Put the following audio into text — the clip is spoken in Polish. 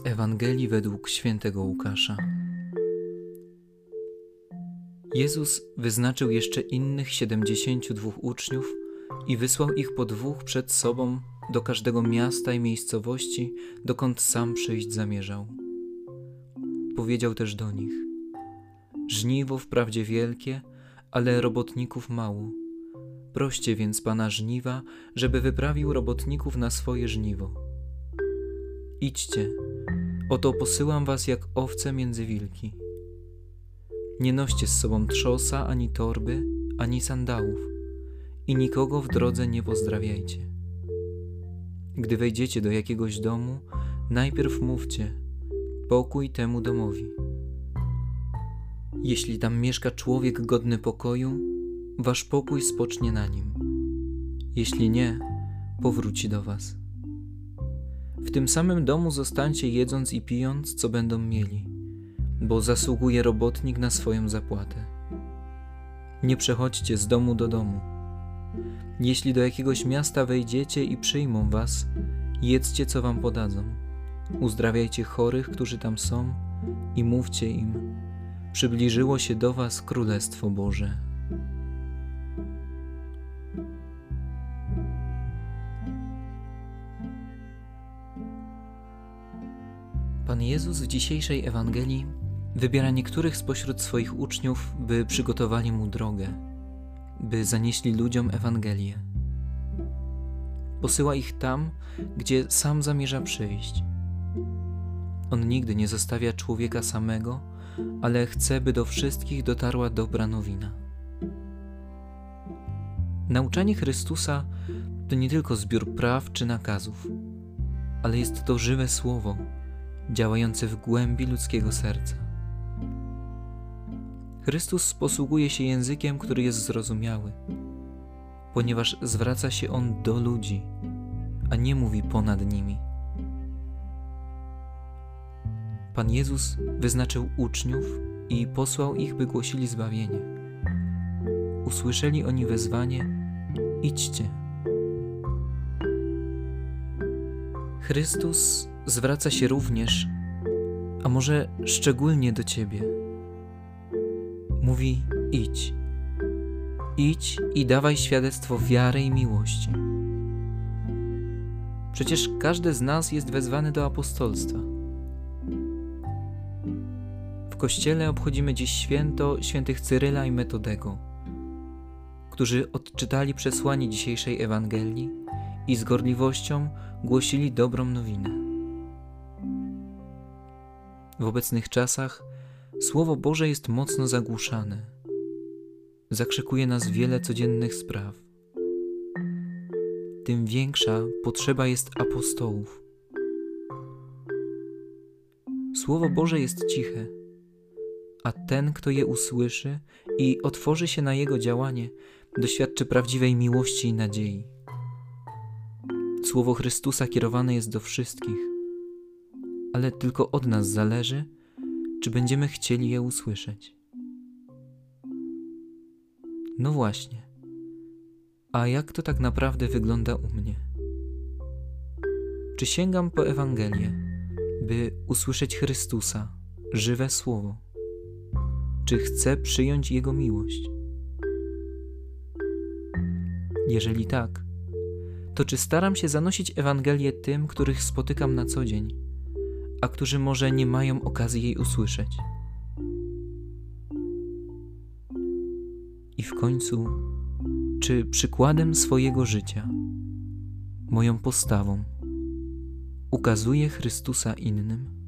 Ewangelii według świętego Łukasza. Jezus wyznaczył jeszcze innych 72 uczniów i wysłał ich po dwóch przed sobą do każdego miasta i miejscowości, dokąd sam przyjść zamierzał. Powiedział też do nich: żniwo wprawdzie wielkie, ale robotników mało. Proście więc Pana żniwa, żeby wyprawił robotników na swoje żniwo. Idźcie, oto posyłam was jak owce między wilki. Nie noście z sobą trzosa, ani torby, ani sandałów i nikogo w drodze nie pozdrawiajcie. Gdy wejdziecie do jakiegoś domu, najpierw mówcie: pokój temu domowi. Jeśli tam mieszka człowiek godny pokoju, wasz pokój spocznie na nim. Jeśli nie, powróci do was. W tym samym domu zostańcie jedząc i pijąc, co będą mieli, bo zasługuje robotnik na swoją zapłatę. Nie przechodźcie z domu do domu. Jeśli do jakiegoś miasta wejdziecie i przyjmą was, jedzcie, co wam podadzą. Uzdrawiajcie chorych, którzy tam są, i mówcie im: przybliżyło się do was Królestwo Boże. Pan Jezus w dzisiejszej Ewangelii wybiera niektórych spośród swoich uczniów, by przygotowali mu drogę, by zanieśli ludziom Ewangelię. Posyła ich tam, gdzie sam zamierza przyjść. On nigdy nie zostawia człowieka samego, ale chce, by do wszystkich dotarła dobra nowina. Nauczanie Chrystusa to nie tylko zbiór praw czy nakazów, ale jest to żywe słowo, działające w głębi ludzkiego serca. Chrystus posługuje się językiem, który jest zrozumiały, ponieważ zwraca się On do ludzi, a nie mówi ponad nimi. Pan Jezus wyznaczył uczniów i posłał ich, by głosili zbawienie. Usłyszeli oni wezwanie: idźcie. Chrystus zwraca się również, a może szczególnie do ciebie. Mówi: idź. Idź i dawaj świadectwo wiary i miłości. Przecież każdy z nas jest wezwany do apostolstwa. W Kościele obchodzimy dziś święto świętych Cyryla i Metodego, którzy odczytali przesłanie dzisiejszej Ewangelii i z gorliwością głosili dobrą nowinę. W obecnych czasach Słowo Boże jest mocno zagłuszane. Zakrzykuje nas wiele codziennych spraw. Tym większa potrzeba jest apostołów. Słowo Boże jest ciche, a ten, kto je usłyszy i otworzy się na jego działanie, doświadczy prawdziwej miłości i nadziei. Słowo Chrystusa kierowane jest do wszystkich, ale tylko od nas zależy, czy będziemy chcieli je usłyszeć. No właśnie, a jak to tak naprawdę wygląda u mnie? Czy sięgam po Ewangelię, by usłyszeć Chrystusa, żywe Słowo? Czy chcę przyjąć Jego miłość? Jeżeli tak, to czy staram się zanosić Ewangelię tym, których spotykam na co dzień, a którzy może nie mają okazji jej usłyszeć? I w końcu, czy przykładem swojego życia, moją postawą, ukazuję Chrystusa innym?